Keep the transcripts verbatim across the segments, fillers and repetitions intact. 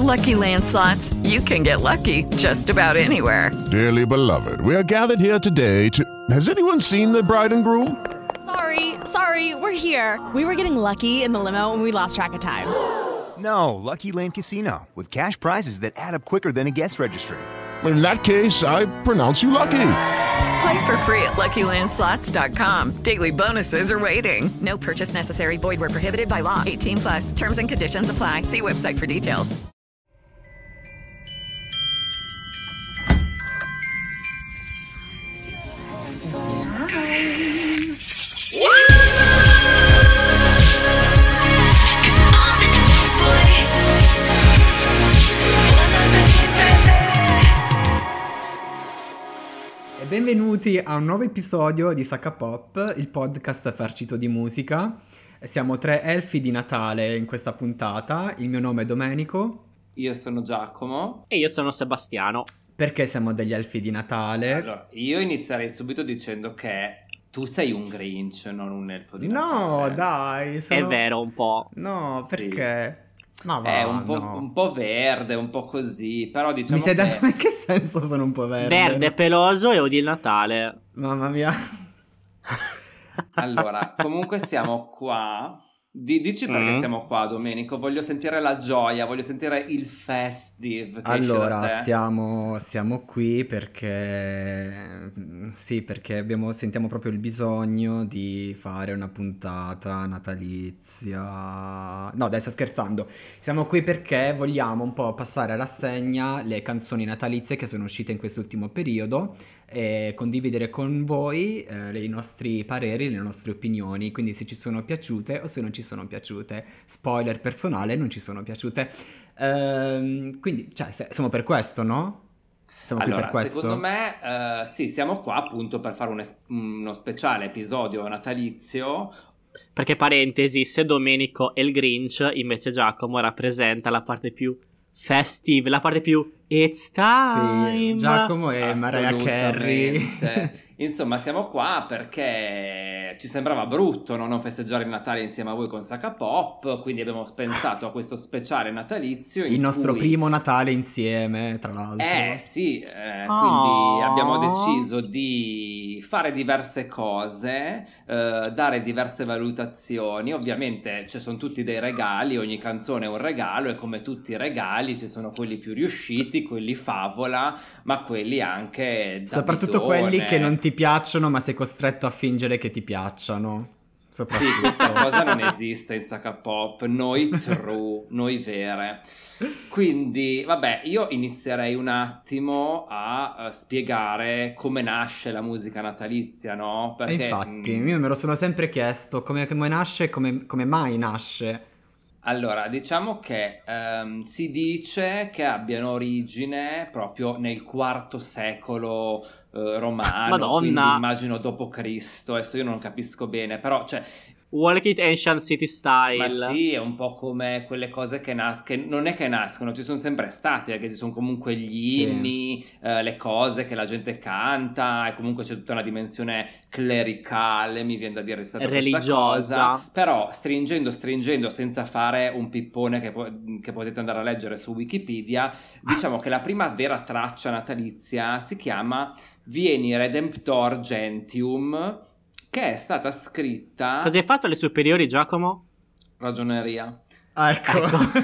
Lucky Land Slots, you can get lucky just about anywhere. Dearly beloved, we are gathered here today to... Has anyone seen the bride and groom? Sorry, sorry, we're here. We were getting lucky in the limo and we lost track of time. No, Lucky Land Casino, with cash prizes that add up quicker than a guest registry. In that case, I pronounce you lucky. Play for free at Lucky Land Slots dot com. Daily bonuses are waiting. No purchase necessary. Void where prohibited by law. eighteen plus. Terms and conditions apply. See website for details. It's time. E benvenuti a un nuovo episodio di Sacca Pop, il podcast farcito di musica. Siamo tre elfi di Natale in questa puntata. Il mio nome è Domenico. Io sono Giacomo. E io sono Sebastiano. Perché siamo degli elfi di Natale? Allora, io inizierei subito dicendo che tu sei un Grinch, non un elfo di Natale. No, dai, sono... È vero, un po'. No, Sì. perché? Ma va, È un po', no. un po' verde, un po' così, però diciamo Mi stai che... dando... In che senso sono un po' verde? Verde, peloso e odi il Natale. Mamma mia. Allora, comunque siamo qua. Di- dici perché Mm. siamo qua, Domenico? Voglio sentire la gioia, voglio sentire il festive che Allora, esce da te. siamo, siamo qui perché sì, perché abbiamo, sentiamo proprio il bisogno di fare una puntata natalizia. No, dai, sto scherzando. Siamo qui perché vogliamo un po' passare a rassegna le canzoni natalizie che sono uscite in quest'ultimo periodo e condividere con voi eh, i nostri pareri, le nostre opinioni, quindi se ci sono piaciute o se non ci sono piaciute. Spoiler personale, non ci sono piaciute. Ehm, quindi, cioè, se- siamo per questo, no? Siamo qui Allora, per questo? secondo me, eh, sì, siamo qua appunto per fare un es- uno speciale episodio natalizio. Perché, parentesi, se Domenico è il Grinch, invece Giacomo rappresenta la parte più festive, la parte più it's time. Sì, Giacomo e Mariah Carey. Assolutamente. Insomma, siamo qua perché ci sembrava brutto no, non festeggiare il Natale insieme a voi con Sacca Pop, quindi abbiamo pensato a questo speciale natalizio in Il nostro cui... primo Natale insieme, tra l'altro. Eh sì, eh, Oh. quindi abbiamo deciso di fare diverse cose, eh, dare diverse valutazioni. Ovviamente ci sono tutti dei regali, ogni canzone è un regalo e come tutti i regali ci sono quelli più riusciti, quelli favola, ma quelli anche da Soprattutto bidone. quelli che non ti piacciono, ma sei costretto a fingere che ti piacciono. Sì, Soprattutto. questa cosa non esiste in Sacca Pop, noi true, noi vere. Quindi, vabbè, io inizierei un attimo a eh, spiegare come nasce la musica natalizia, no? E Perché infatti, mh, io me lo sono sempre chiesto come, come nasce, come, come mai nasce. allora, diciamo che ehm, si dice che abbiano origine proprio nel quarto secolo eh, romano, Madonna. quindi immagino dopo Cristo, adesso io non capisco bene, però cioè... Walk it ancient city style. Ma sì, è un po' come quelle cose che nascono, non è che nascono, ci sono sempre stati, perché ci sono comunque gli Sì. inni, eh, le cose che la gente canta, e comunque c'è tutta una dimensione clericale, mi viene da dire rispetto a questa Religiosa. cosa, però stringendo, stringendo, senza fare un pippone che, po- che potete andare a leggere su Wikipedia, diciamo che la prima vera traccia natalizia si chiama Vieni Redemptor Gentium, che è stata scritta... Cosa hai fatto alle superiori, Giacomo? Ragioneria. Ah, ecco.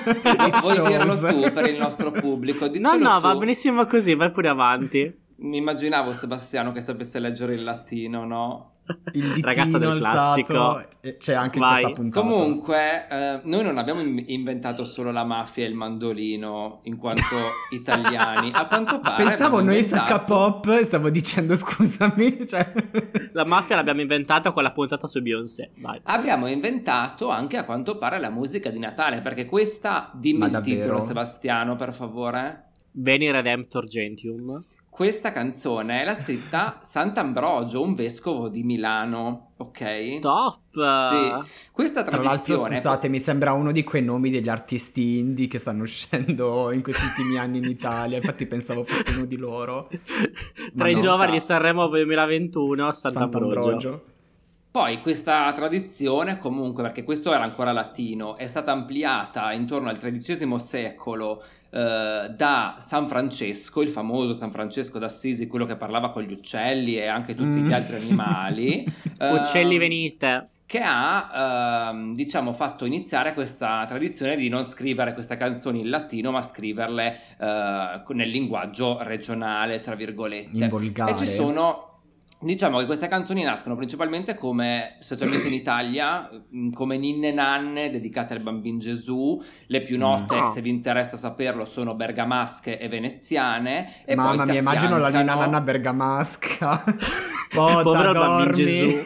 Vuoi dirlo Shows. tu per il nostro pubblico? No, Dicelo no, tu. va benissimo così, vai pure avanti. Mi immaginavo Sebastiano che sapesse leggere il latino, no? Il ditino Ragazzo del alzato, classico. eh, c'è anche Vai. in questa puntata. Comunque, eh, noi non abbiamo in- inventato solo la mafia e il mandolino in quanto italiani. A quanto pare Pensavo abbiamo noi inventato- Sacca Pop, stavo dicendo scusami, cioè... La mafia l'abbiamo inventata con la puntata su Beyoncé. Vai. Abbiamo inventato anche a quanto pare la musica di Natale, perché questa, dimmi Ma il davvero? titolo Sebastiano, per favore. Beni Redemptor Gentium. Questa canzone l'ha scritta Sant'Ambrogio, un vescovo di Milano, ok? Top. Sì. Questa Tra l'altro, tradizione... scusate, mi sembra uno di quei nomi degli artisti indie che stanno uscendo in questi ultimi anni in Italia. Infatti pensavo fosse uno di loro. Ma Tra i no. giovani sta. di Sanremo duemilaventuno, Sant'Ambrogio. Sant'Ambrogio. Poi questa tradizione comunque, perché questo era ancora latino, è stata ampliata intorno al tredicesimo secolo eh, da San Francesco, il famoso San Francesco d'Assisi, quello che parlava con gli uccelli e anche tutti Mm. gli altri animali. Uccelli ehm, venite. che ha ehm, diciamo fatto iniziare questa tradizione di non scrivere queste canzoni in latino, ma scriverle eh, nel linguaggio regionale, tra virgolette. In volgare. E ci sono, diciamo che queste canzoni nascono principalmente come, specialmente in Italia, mh, come ninne nanne dedicate al bambino Gesù. Le più note, Ah. se vi interessa saperlo, sono bergamasche e veneziane. E Mamma poi si mia, immagino la nina affiancano- nanna bergamasca. Pota, Povero bambino dormi. Gesù.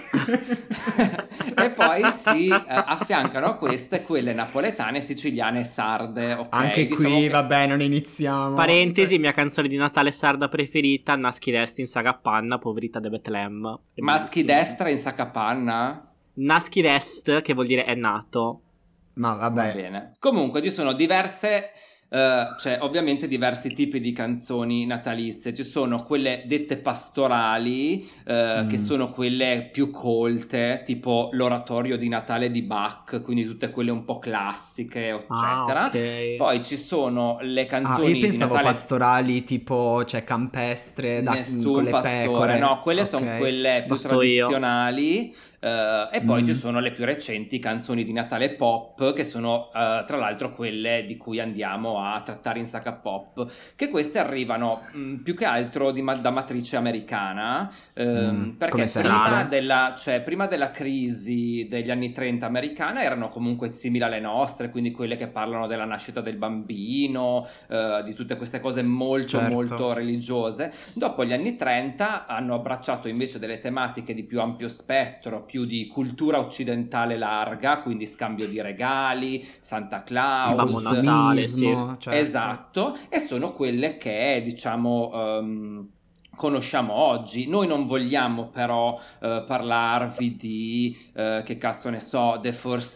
E poi si eh, affiancano a queste quelle napoletane, siciliane e sarde. Ok, Anche diciamo qui, che- vabbè, non iniziamo. Parentesi, mia canzone di Natale sarda preferita, Naschi Desti in Sagapanna, Poverita de Betlem. È Maschi bellissimo. destra in saccapanna? Naschi Dest, che vuol dire è nato. Ma Va vabbè, bene. Comunque ci sono diverse, eh, cioè ovviamente diversi tipi di canzoni natalizie. Ci sono quelle dette pastorali, eh, Mm. che sono quelle più colte, tipo l'oratorio di Natale di Bach, quindi tutte quelle un po' classiche, eccetera. Ah, ok. Poi ci sono le ah, canzoni io di pensavo Natale. pastorali tipo, cioè campestre, da, con Nessun le pastore, pecore. no, quelle Ok. sono quelle più Basto io. tradizionali. eh, e poi Mm. ci sono le più recenti canzoni di Natale pop, che sono eh, tra l'altro quelle di cui andiamo a trattare in Sacca Pop, che queste arrivano mh, più che altro di ma- da matrice americana, ehm, Mm, perché come prima sempre. della, cioè, prima della crisi degli anni trenta americana erano comunque simili alle nostre, quindi quelle che parlano della nascita del bambino, eh, di tutte queste cose molto Certo. molto religiose. Dopo gli anni trenta hanno abbracciato invece delle tematiche di più ampio spettro, più di cultura occidentale larga, quindi scambio di regali, Santa Claus, Babbo Natale, sì. Ottimismo, certo. esatto, e sono quelle che diciamo ehm, conosciamo oggi. Noi non vogliamo però eh, parlarvi di eh, che cazzo ne so, The First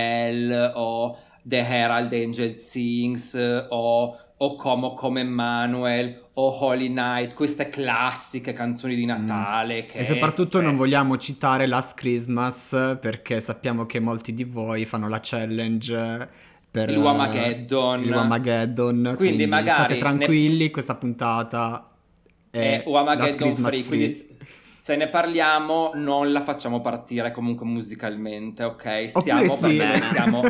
Noel o The Herald Angel Sings o O Como Come Emmanuel o Holy Night, queste classiche canzoni di Natale che E soprattutto cioè, non vogliamo citare Last Christmas perché sappiamo che molti di voi fanno la challenge per l'Uamageddon. eh, l'Uamageddon, Quindi magari state ne- tranquilli, questa puntata è è Uamageddon Last Christmas Free, quindi s- se ne parliamo non la facciamo partire comunque musicalmente, ok? Oppure Siamo sì. perché noi siamo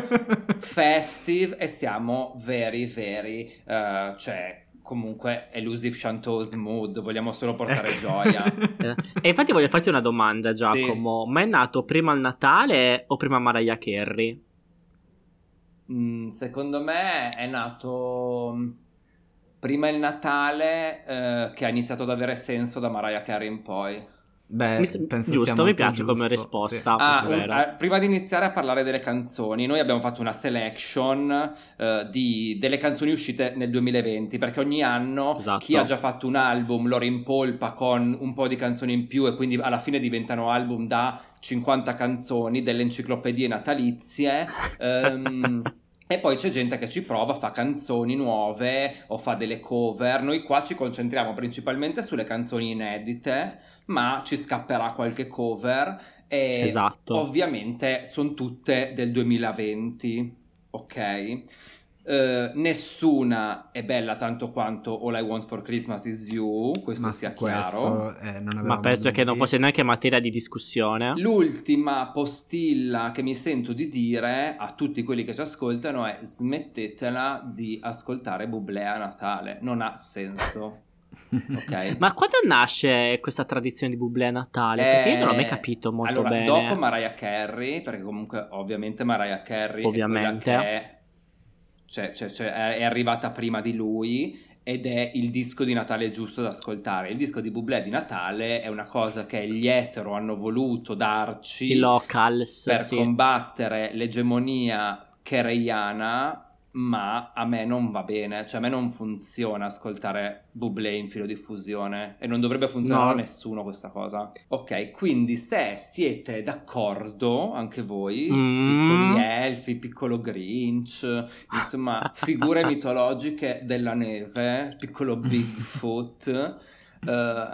festive e siamo very very eh, cioè comunque elusive chanteuse mood, vogliamo solo portare gioia. Eh, E infatti voglio farti una domanda, Giacomo. Ma è nato prima il Natale o prima Mariah Carey? Mm, secondo me è nato mm, prima il Natale, eh, che ha iniziato ad avere senso da Mariah Carey in poi. Beh, Mi s- penso giusto, sia mi molto piace come giusto, risposta. sì. Ah, è un- vero. eh, prima di iniziare a parlare delle canzoni, noi abbiamo fatto una selection eh, di, delle canzoni uscite nel duemilaventi, perché ogni anno Esatto. chi ha già fatto un album lo rimpolpa con un po' di canzoni in più e quindi alla fine diventano album da cinquanta canzoni, delle enciclopedie natalizie. ehm, E poi c'è gente che ci prova, fa canzoni nuove o fa delle cover. Noi qua ci concentriamo principalmente sulle canzoni inedite, ma ci scapperà qualche cover e Esatto. ovviamente sono tutte del duemilaventi, ok? Eh, nessuna è bella tanto quanto All I Want for Christmas Is You, questo Ma sia su questo, chiaro. eh, non Ma avevamo penso che non dubbi. fosse neanche materia di discussione. L'ultima postilla che mi sento di dire a tutti quelli che ci ascoltano è: smettetela di ascoltare Bublé a Natale, non ha senso. Ok? Ma quando nasce questa tradizione di Bublé a Natale? Perché io non l'ho mai Eh, capito molto allora, bene. dopo Mariah Carey, perché comunque ovviamente Mariah Carey Ovviamente. è quella che cioè, cioè, cioè, è è arrivata prima di lui ed è il disco di Natale giusto da ascoltare. Il disco di Bublé di Natale è una cosa che gli etero hanno voluto darci I locals, per sì. combattere l'egemonia careyana, ma a me non va bene, cioè a me non funziona ascoltare Bublé in filodiffusione e non dovrebbe funzionare No. a nessuno questa cosa. Ok, quindi se siete d'accordo anche voi, Mm. piccoli elfi, piccolo Grinch, insomma figure mitologiche della neve, piccolo Bigfoot, eh,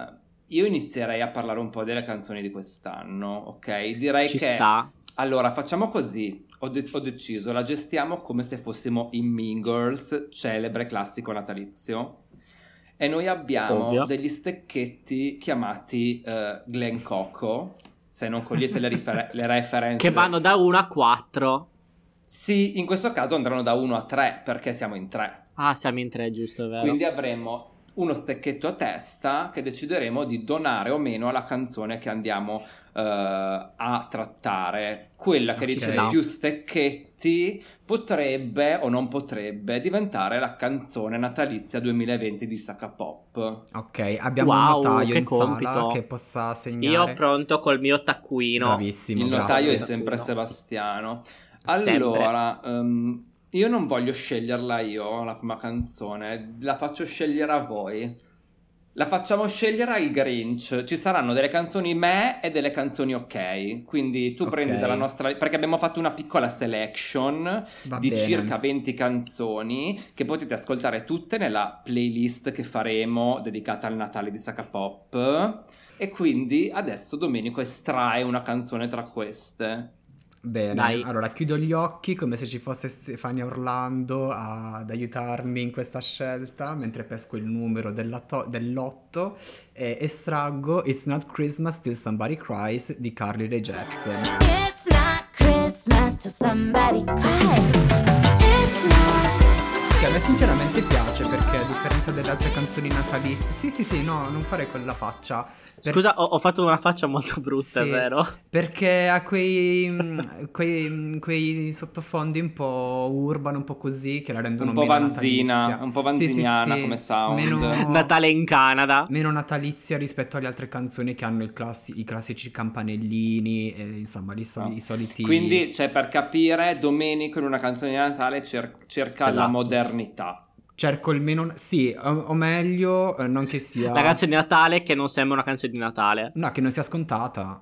io inizierei a parlare un po' delle canzoni di quest'anno, ok? Direi Ci che... sta. Allora, facciamo così, ho, de- ho deciso, la gestiamo come se fossimo in Mean Girls, celebre classico natalizio, e noi abbiamo Ovvio. degli stecchetti chiamati uh, Glen Coco, se non cogliete le, rifer- le referenze... Che vanno da uno a quattro. Sì, in questo caso andranno da uno a tre, perché siamo in tre. Ah, siamo in tre, giusto, è vero. Quindi avremo uno stecchetto a testa che decideremo di donare o meno alla canzone che andiamo uh, a trattare. Quella che Ok. riceve più stecchetti potrebbe o non potrebbe diventare la canzone natalizia duemilaventi di Saka Pop. Ok, abbiamo Wow, un notaio che in sala compito. che possa segnare. Io pronto col mio taccuino. Bravissimo, Il grazie. notaio è sempre Sebastiano. Sempre. Allora, um, io non voglio sceglierla io, la prima canzone, la faccio scegliere a voi. La facciamo scegliere al Grinch. Ci saranno delle canzoni me e delle canzoni ok. Quindi tu Ok. prendi dalla nostra... Perché abbiamo fatto una piccola selection Va di bene. circa venti canzoni che potete ascoltare tutte nella playlist che faremo dedicata al Natale di Saka Pop. E quindi adesso Domenico estrae una canzone tra queste. Bene, Dai. allora chiudo gli occhi come se ci fosse Stefania Orlando ad aiutarmi in questa scelta, mentre pesco il numero della to- dell'otto e estraggo It's Not Christmas Till Somebody Cries di Carly Rae Jepsen. It's not Christmas till somebody cries. It's not. Che a me sinceramente piace perché a differenza delle altre canzoni natalizie... Sì, sì, sì, no, non fare quella faccia. Per- Scusa, ho, ho fatto una faccia molto brutta, Sì, è vero? Perché ha quei, mm, quei, mm, quei sottofondi un po' urban, un po' così, che la rendono Un po' meno vanzina, natalizia. un po' Sì, sì, vanziniana sì, come sound. Meno, Natale in Canada. meno natalizia rispetto alle altre canzoni che hanno il classi- i classici campanellini, e, insomma, i, soli- i soliti... Quindi, cioè, per capire, Domenico in una canzone di Natale cer- cerca la Esatto. modernità. Cerco il meno... Sì, o, o meglio, eh, non che sia... La canzone di Natale che non sembra una canzone di Natale. No, che non sia scontata.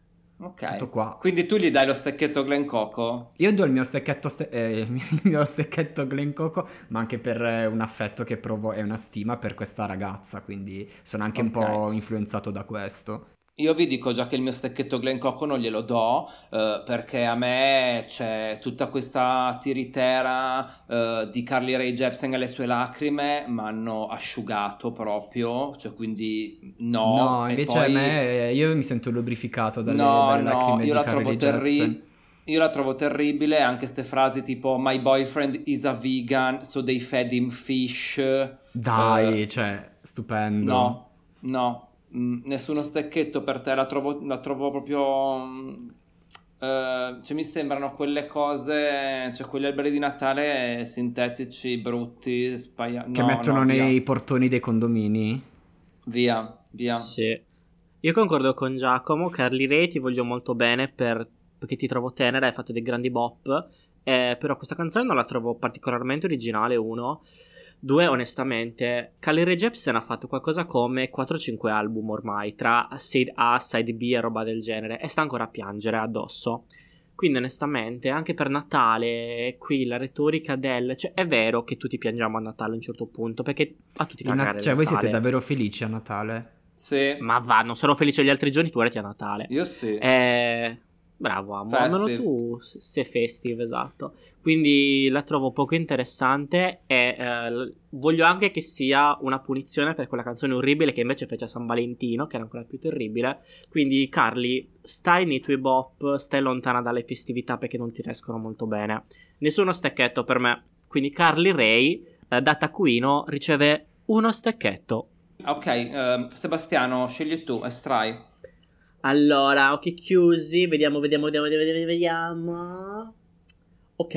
Ok. Tutto qua. Quindi tu gli dai lo stecchetto Glen Coco? Io do il mio stecchetto, ste- eh, il mio stecchetto Glen Coco, ma anche per eh, un affetto che provo e una stima per questa ragazza, quindi sono anche un Ok. po' influenzato da questo. Io vi dico già che il mio stecchetto Glen Coco non glielo do, eh, perché a me c'è tutta questa tiritera eh, di Carly Rae Jepsen e le sue lacrime mi hanno asciugato proprio, cioè quindi no. No, E invece a poi- me, eh, io mi sento lubrificato dalle, No, dalle no, lacrime io di la Carly trovo Rae Jepsen. terribile. Io la trovo terribile, anche ste frasi tipo My boyfriend is a vegan, so they fed him fish. Dai, Eh, cioè, stupendo. no, no, mm, nessuno stecchetto per te, la trovo, la trovo proprio... mm, eh, cioè mi sembrano quelle cose, cioè quegli alberi di Natale sintetici, brutti, spaiati. Che no, mettono no, nei via, portoni dei condomini. via, via. Sì. Io concordo con Giacomo, Carly Rae ti voglio molto bene per- perché ti trovo tenera, hai fatto dei grandi bop, eh, però questa canzone non la trovo particolarmente originale, uno. Due, onestamente, Carly Rae Jepsen ha fatto qualcosa come quattro cinque album ormai, tra Side A, Side B e roba del genere, e sta ancora a piangere addosso. Quindi onestamente, anche per Natale, qui la retorica del... Cioè, è vero che tutti piangiamo a Natale a un certo punto, perché a tutti fa In- cagare il cioè, voi Natale. siete davvero felici a Natale? Sì, Ma va, non sono felice gli altri giorni, figurati a Natale. io sì. Eh, bravo, amo. Almeno Festive. tu s- sei festive, esatto. Quindi la trovo poco interessante e eh, l- voglio anche che sia una punizione per quella canzone orribile che invece fece a San Valentino, che era ancora più terribile. Quindi, Carly, stai nei tuoi bop, stai lontana dalle festività perché non ti riescono molto bene. Nessuno stecchetto per me. Quindi Carly Rae, eh, da taccuino, riceve uno stecchetto. Ok, ehm, Sebastiano, scegli tu, estrai. Allora, occhi chiusi, vediamo, vediamo, vediamo, vediamo, vediamo. Ok,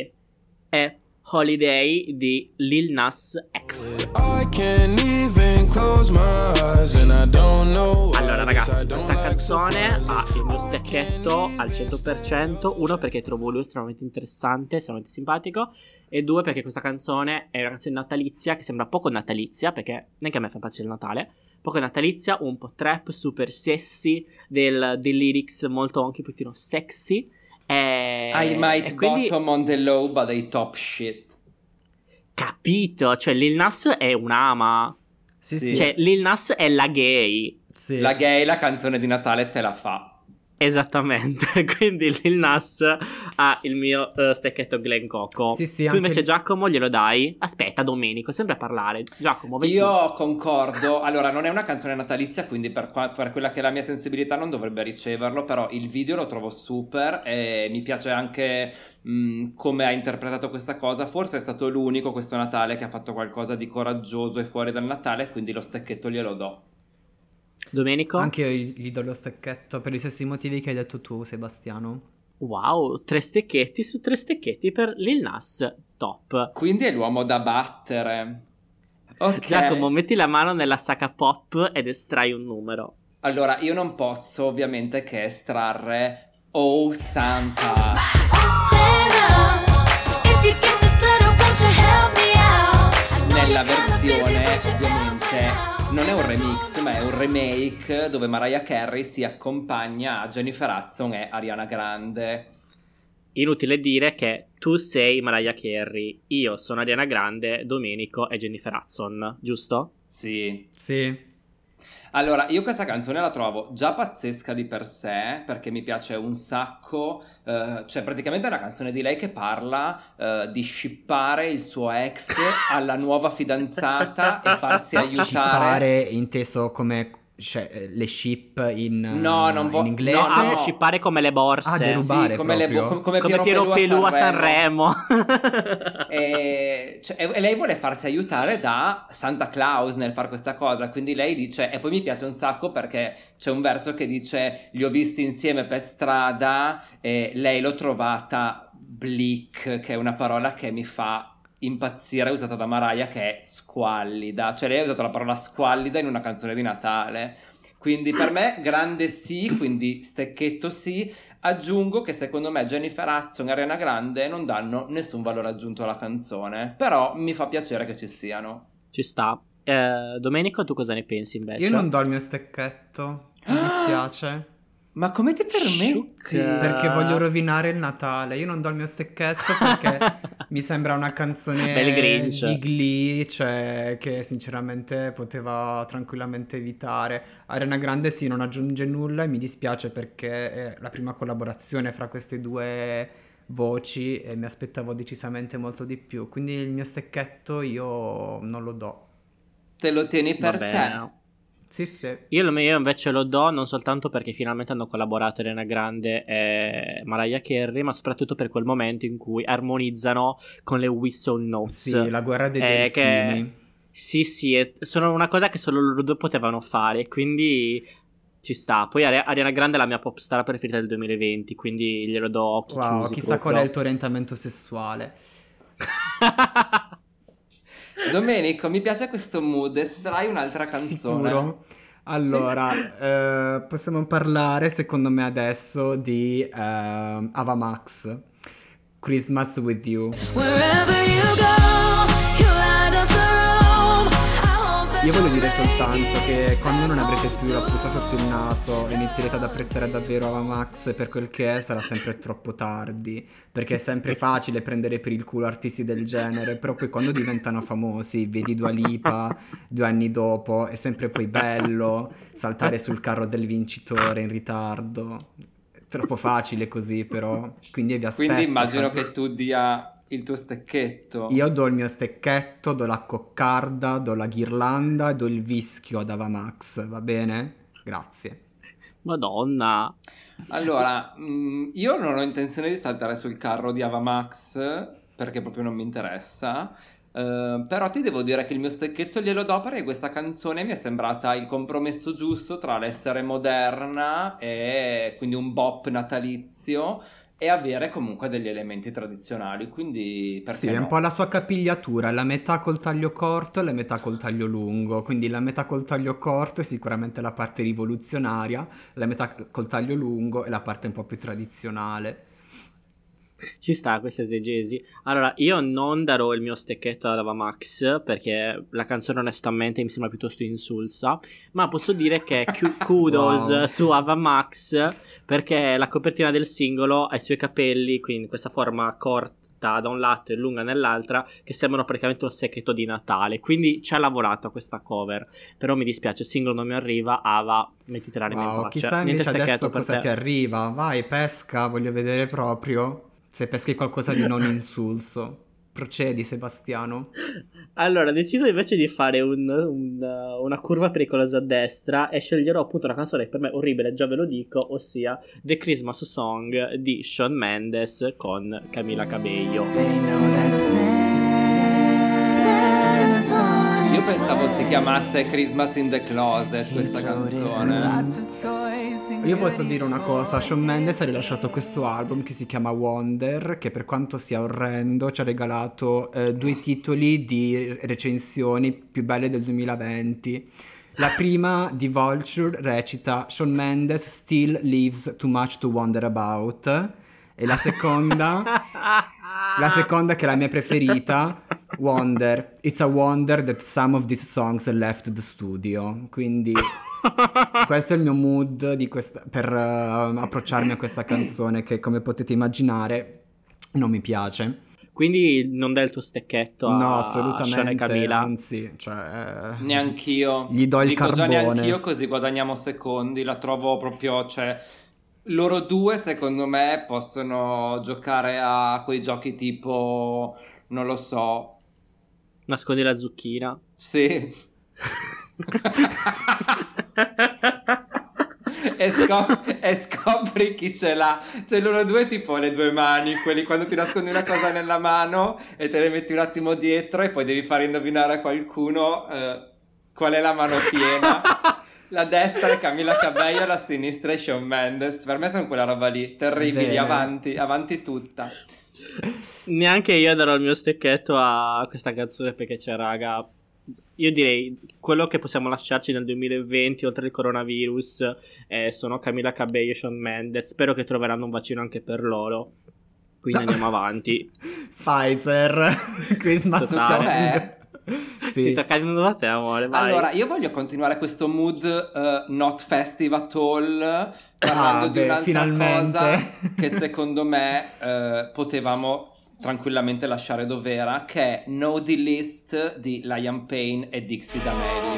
è Holiday di Lil Nas X. Allora ragazzi, questa canzone ha il mio stecchetto al cento per cento. Uno, perché trovo lui estremamente interessante, estremamente simpatico. E due, perché questa canzone è una canzone natalizia che sembra poco natalizia, perché neanche a me fa impazzire il Natale. Poco natalizia, un po' trap, super sexy, del, dei lyrics molto anche un pochino sexy. E, I might e quindi, bottom on the low, but they top shit. capito, cioè Lil Nas è un'ama. Sì, Sì. Cioè Lil Nas è la gay. Sì. La gay la canzone di Natale te la fa. Esattamente, quindi Lil Nas ha il mio uh, stecchetto Glen Coco. Sì, sì, tu anche invece il- Giacomo glielo dai? Aspetta Domenico, sempre a parlare. Giacomo, vai tu. Io concordo, allora non è una canzone natalizia, quindi per, qua- per quella che è la mia sensibilità non dovrebbe riceverlo, però il video lo trovo super e mi piace anche mh, come ha interpretato questa cosa. Forse è stato l'unico questo Natale che ha fatto qualcosa di coraggioso e fuori dal Natale, quindi lo stecchetto glielo do. Domenico? Anche io gli do lo stecchetto per gli stessi motivi che hai detto tu, Sebastiano. Wow, tre stecchetti su tre stecchetti per Lil Nas, top. Quindi è l'uomo da battere. Ok. Giacomo, metti la mano nella sacca pop ed estrai un numero. Allora, io non posso ovviamente che estrarre Oh Santa. Santa, if you get this letter, won't you help me out? I know Nella you're kinda busy, versione but you ovviamente don't non è un remix ma è un remake dove Mariah Carey si accompagna a Jennifer Hudson e Ariana Grande. Inutile dire che tu sei Mariah Carey, io sono Ariana Grande, Domenico e Jennifer Hudson, giusto? Sì. Sì. Allora, io questa canzone la trovo già pazzesca di per sé, perché mi piace un sacco, eh, cioè praticamente è una canzone di lei che parla eh, di shippare il suo ex alla nuova fidanzata e farsi aiutare. Shippare inteso come cioè, le ship in, No, non vo- in inglese. No, no. amo shippare come le borse. Ah, derubare Sì, come, le, proprio. come, come come Piero, Piero Pelù Pelù a a Sanremo. Sanremo. E, cioè, e lei vuole farsi aiutare da Santa Claus nel fare questa cosa, quindi lei dice, e poi mi piace un sacco perché c'è un verso che dice li ho visti insieme per strada e lei l'ho trovata bleak, che è una parola che mi fa impazzire, usata da Mariah, che è squallida, cioè lei ha usato la parola squallida in una canzone di Natale. Quindi per me grande sì, quindi stecchetto sì. Aggiungo che secondo me Jennifer Hudson e Ariana Grande non danno nessun valore aggiunto alla canzone, però mi fa piacere che ci siano. Ci sta. Eh, Domenico, tu cosa ne pensi invece? Io non do il mio stecchetto. Mi dispiace. Ma come ti permetti? Perché voglio rovinare il Natale. Io non do il mio stecchetto perché mi sembra una canzone Bel Grinch. di Glee, cioè che sinceramente poteva tranquillamente evitare. Ariana Grande sì, non aggiunge nulla e mi dispiace perché è la prima collaborazione fra queste due voci e mi aspettavo decisamente molto di più. Quindi il mio stecchetto io non lo do. Te lo tieni per Va te? bene. Sì, sì. Io, lo- io invece lo do non soltanto perché finalmente hanno collaborato Ariana Grande e Mariah Carey, ma soprattutto per quel momento in cui armonizzano con le whistle notes. Sì, la guerra dei Eh, che- delfini. Sì, sì, è- sono una cosa che solo loro due potevano fare, quindi ci sta. Poi Ari- Ariana Grande è la mia pop star preferita del duemilaventi, quindi glielo do occhi Wow, chiusi chissà proprio. qual è il tuo orientamento sessuale. Domenico, mi piace questo mood, estrai un'altra canzone. Sicuro? Allora, eh, possiamo parlare secondo me adesso di eh, Ava Max, Christmas with You. Wherever you go, you light up the room. I hope that Io voglio you're dire soltanto making che quando non avrete that più la noise. puzza sotto il naso e inizierete ad apprezzare davvero Ava Max per quel che è, sarà sempre troppo tardi, perché è sempre facile prendere per il culo artisti del genere, però poi quando diventano famosi, vedi Dua Lipa due anni dopo, è sempre poi bello saltare sul carro del vincitore in ritardo. È troppo facile così, però, quindi vi aspetto. Quindi immagino che tu dia il tuo stecchetto. Io do il mio stecchetto, do la coccarda, do la ghirlanda, do il vischio ad Ava Max, va bene? Grazie. Madonna. Allora, mh, io non ho intenzione di saltare sul carro di Ava Max perché proprio non mi interessa. Eh, però ti devo dire che il mio stecchetto glielo do perché questa canzone mi è sembrata il compromesso giusto tra l'essere moderna e quindi un bop natalizio e avere comunque degli elementi tradizionali, quindi perché Sì, è no? un po' la sua capigliatura, la metà col taglio corto e la metà col taglio lungo, quindi la metà col taglio corto è sicuramente la parte rivoluzionaria, la metà col taglio lungo è la parte un po' più tradizionale. Ci sta questa esegesi. Allora, io non darò il mio stecchetto ad Ava Max perché la canzone onestamente mi sembra piuttosto insulsa, ma posso dire che cu- kudos Wow. to Ava Max perché la copertina del singolo ha i suoi capelli, quindi questa forma cor- corta da un lato e lunga nell'altra, che sembrano praticamente un sacchetto di Natale. Quindi ci ha lavorato a questa cover, però mi dispiace, il singolo non mi arriva. Ava, mettiti l'anima Wow, in pace. chissà Niente invece adesso stacchetto per cosa te. ti arriva. Vai, pesca, voglio vedere proprio se peschi qualcosa di non insulso. Procedi, Sebastiano. Allora, decido invece di fare un, un, uh, una curva pericolosa a destra e sceglierò appunto una canzone che per me è orribile, già ve lo dico, ossia The Christmas Song di Shawn Mendes con Camila Cabello. Io pensavo si chiamasse Christmas in the Closet questa canzone. Io posso dire una cosa, Shawn Mendes ha rilasciato questo album che si chiama Wonder, che per quanto sia orrendo ci ha regalato eh, due titoli di recensioni più belle del duemilaventi. La prima di Vulture recita Shawn Mendes still leaves too much to wonder about, e la seconda la seconda che è la mia preferita, Wonder, it's a wonder that some of these songs left the studio. Quindi questo è il mio mood di questa, per uh, approcciarmi a questa canzone che, come potete immaginare, non mi piace. Quindi non dai il tuo stecchetto a No, Shawn e assolutamente, Camila? anzi, cioè, eh, Neanch'io. gli do il Dico carbone. già neanch'io, così guadagniamo secondi. La trovo proprio, cioè, loro due secondo me possono giocare a quei giochi tipo, non lo so, Nascondi la zucchina. sì. E, scop- e scopri chi ce l'ha. Cioè loro due tipo le due mani, quelli quando ti nascondi una cosa nella mano e te le metti un attimo dietro e poi devi fare indovinare a qualcuno eh, qual è la mano piena. La destra è Camila Cabello, la sinistra è Shawn Mendes. Per me sono quella roba lì, terribili. Bene. avanti, avanti tutta. Neanche io darò il mio stecchetto a questa canzone perché c'è, raga, io direi quello che possiamo lasciarci nel duemilaventi oltre il coronavirus eh, sono Camila Cabello e Shawn Mendes. Spero che troveranno un vaccino anche per loro, quindi andiamo avanti. Pfizer, Christmas Totale. song. Dov'è? Sì. Si sta cadendo da te, amore, vai. Allora, io voglio continuare questo mood uh, not festive at all, parlando Ah, di beh, un'altra finalmente. cosa che secondo me uh, potevamo tranquillamente lasciare dov'era, che è No The List di Liam Payne e Dixie D'Amelio.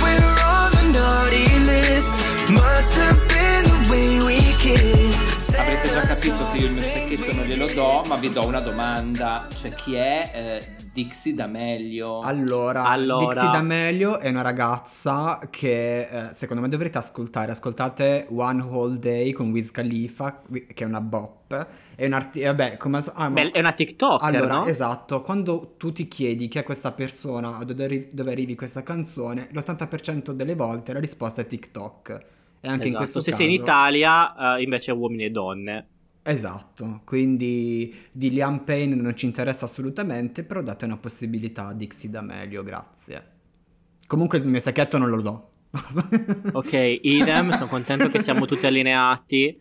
Avrete già capito che io il mio stecchetto non glielo do, ma vi do una domanda, cioè chi è eh, Dixie D'Amelio? Allora, Allora. Dixie D'Amelio è una ragazza che eh, secondo me dovrete ascoltare. Ascoltate One Whole Day con Wiz Khalifa, che è una bop. È un artista, vabbè, come al so- ah, ma- Beh, è una TikToker, Allora, no? esatto, quando tu ti chiedi chi è questa persona, dove, arri- dove arrivi questa canzone, l'ottanta per cento delle volte la risposta è TikTok. E anche in Esatto. questo Se caso... sei in Italia eh, invece è uomini e donne. Esatto, quindi di Liam Payne non ci interessa assolutamente, però date una possibilità a Dixie D'Amelio, grazie. Comunque il mio stacchetto non lo do. Ok, idem, sono contento che siamo tutti allineati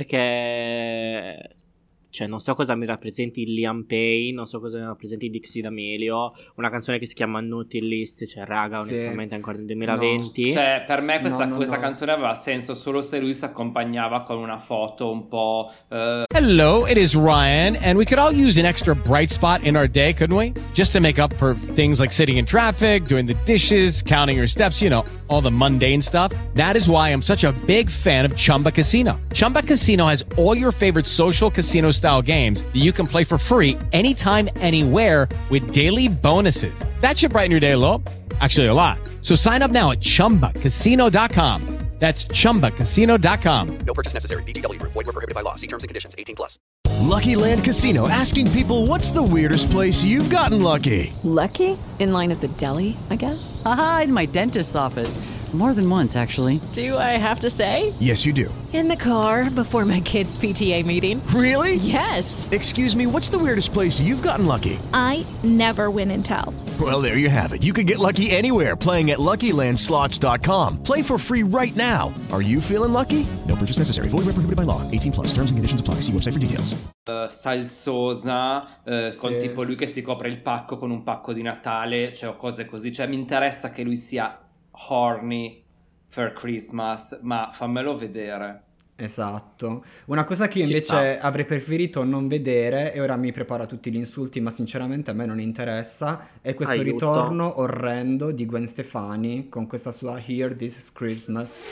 perché, cioè, non so cosa mi rappresenti Liam Payne, non so cosa mi rappresenti Dixie D'Amelio, una canzone che si chiama No The List, cioè, raga, Sì. onestamente ancora nel duemilaventi. Cioè, per me questa, No, no, questa no. canzone aveva senso solo se lui si accompagnava con una foto un po' eh, Hello, it is Ryan, and we could all use an extra bright spot in our day, couldn't we? Just to make up for things like sitting in traffic, doing the dishes, counting your steps, you know, all the mundane stuff. That is why I'm such a big fan of Chumba Casino. Chumba Casino has all your favorite social casino style games that you can play for free anytime, anywhere with daily bonuses. That should brighten your day a little. Actually, a lot. So sign up now at chumba casino dot com. That's chumba casino dot com. No purchase necessary. V G W Group. Void where prohibited by law. See terms and conditions. eighteen plus. Lucky Land Casino, asking people, what's the weirdest place you've gotten lucky? Lucky? In line at the deli, I guess? Aha, in my dentist's office. More than once, actually. Do I have to say? Yes, you do. In the car before my kids' P T A meeting. Really? Yes. Excuse me, what's the weirdest place you've gotten lucky? I never win and tell. Well, there you have it. You can get lucky anywhere, playing at Lucky Land Slots dot com. Play for free right now. Are you feeling lucky? No purchase necessary. Void where prohibited by law. eighteen plus. Terms and conditions apply. See website for details. uh, salsosa, uh, Sì. con tipo lui che si copre il pacco con un pacco di Natale, cioè o cose così. Cioè mi interessa che lui sia horny for Christmas, ma fammelo vedere. Esatto. Una cosa che io Ci invece sta. avrei preferito non vedere, e ora mi preparo tutti gli insulti, ma sinceramente a me non interessa, è questo Aiuto. ritorno orrendo di Gwen Stefani con questa sua Here This Is Christmas.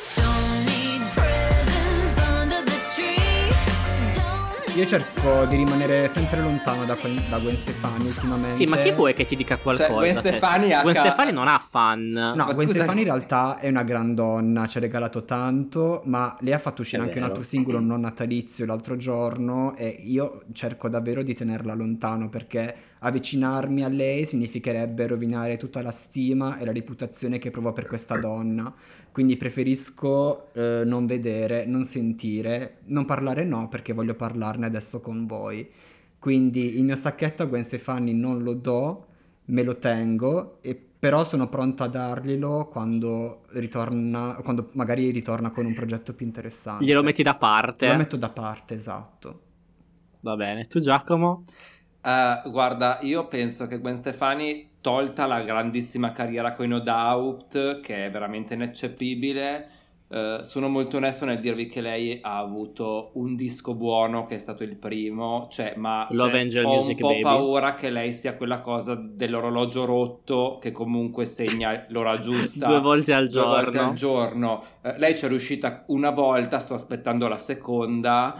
Io cerco di rimanere sempre lontano da, que- da Gwen Stefani ultimamente. Sì, ma chi vuoi che ti dica qualcosa? Cioè, Gwen Stefani ha Gwen ca- Stefani non ha fan. No, Ma Gwen scusa- Stefani in realtà è una gran donna, ci ha regalato tanto, ma lei ha fatto uscire È anche un vero. altro singolo non natalizio l'altro giorno e io cerco davvero di tenerla lontano perché avvicinarmi a lei significherebbe rovinare tutta la stima e la reputazione che provo per questa donna. Quindi preferisco eh, non vedere, non sentire, non parlare no perché voglio parlarne adesso con voi. Quindi il mio stacchetto a Gwen Stefani non lo do, me lo tengo, e però sono pronto a darglielo quando ritorna, quando magari ritorna con un progetto più interessante. Glielo metti da parte. Lo metto da parte, esatto. Va bene. Tu, Giacomo? Eh, guarda, io penso che Gwen Stefani, tolta la grandissima carriera con i No Doubt, che è veramente ineccepibile, eh, sono molto onesto nel dirvi che lei ha avuto un disco buono che è stato il primo, cioè, ma Love cioè, Angel ho Music un po' Baby. paura che lei sia quella cosa dell'orologio rotto che comunque segna l'ora giusta Due volte al due volte giorno. al giorno. Eh, lei ci è riuscita una volta, sto aspettando la seconda.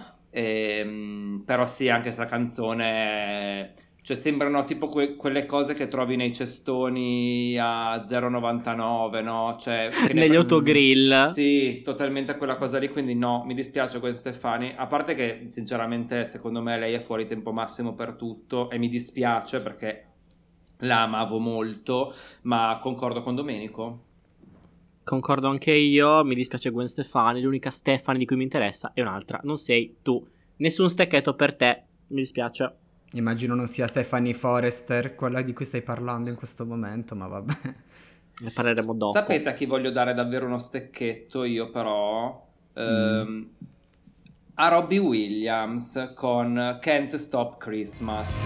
Ehm, però sì, anche sta canzone, cioè sembrano tipo que- quelle cose che trovi nei cestoni a zero virgola novantanove, no? Cioè, che ne Negli pre- autogrill. Sì, totalmente quella cosa lì, quindi no, mi dispiace Gwen Stefani, a parte che sinceramente secondo me lei è fuori tempo massimo per tutto e mi dispiace perché la amavo molto, ma concordo con Domenico. Concordo anche io, mi dispiace Gwen Stefani, l'unica Stefani di cui mi interessa è un'altra, non sei tu. Nessun stecchetto per te, mi dispiace. Immagino non sia Stephanie Forrester quella di cui stai parlando in questo momento, ma vabbè. Ne parleremo dopo. Sapete a chi voglio dare davvero uno stecchetto io però? Ehm, a Robbie Williams con Can't Stop Christmas.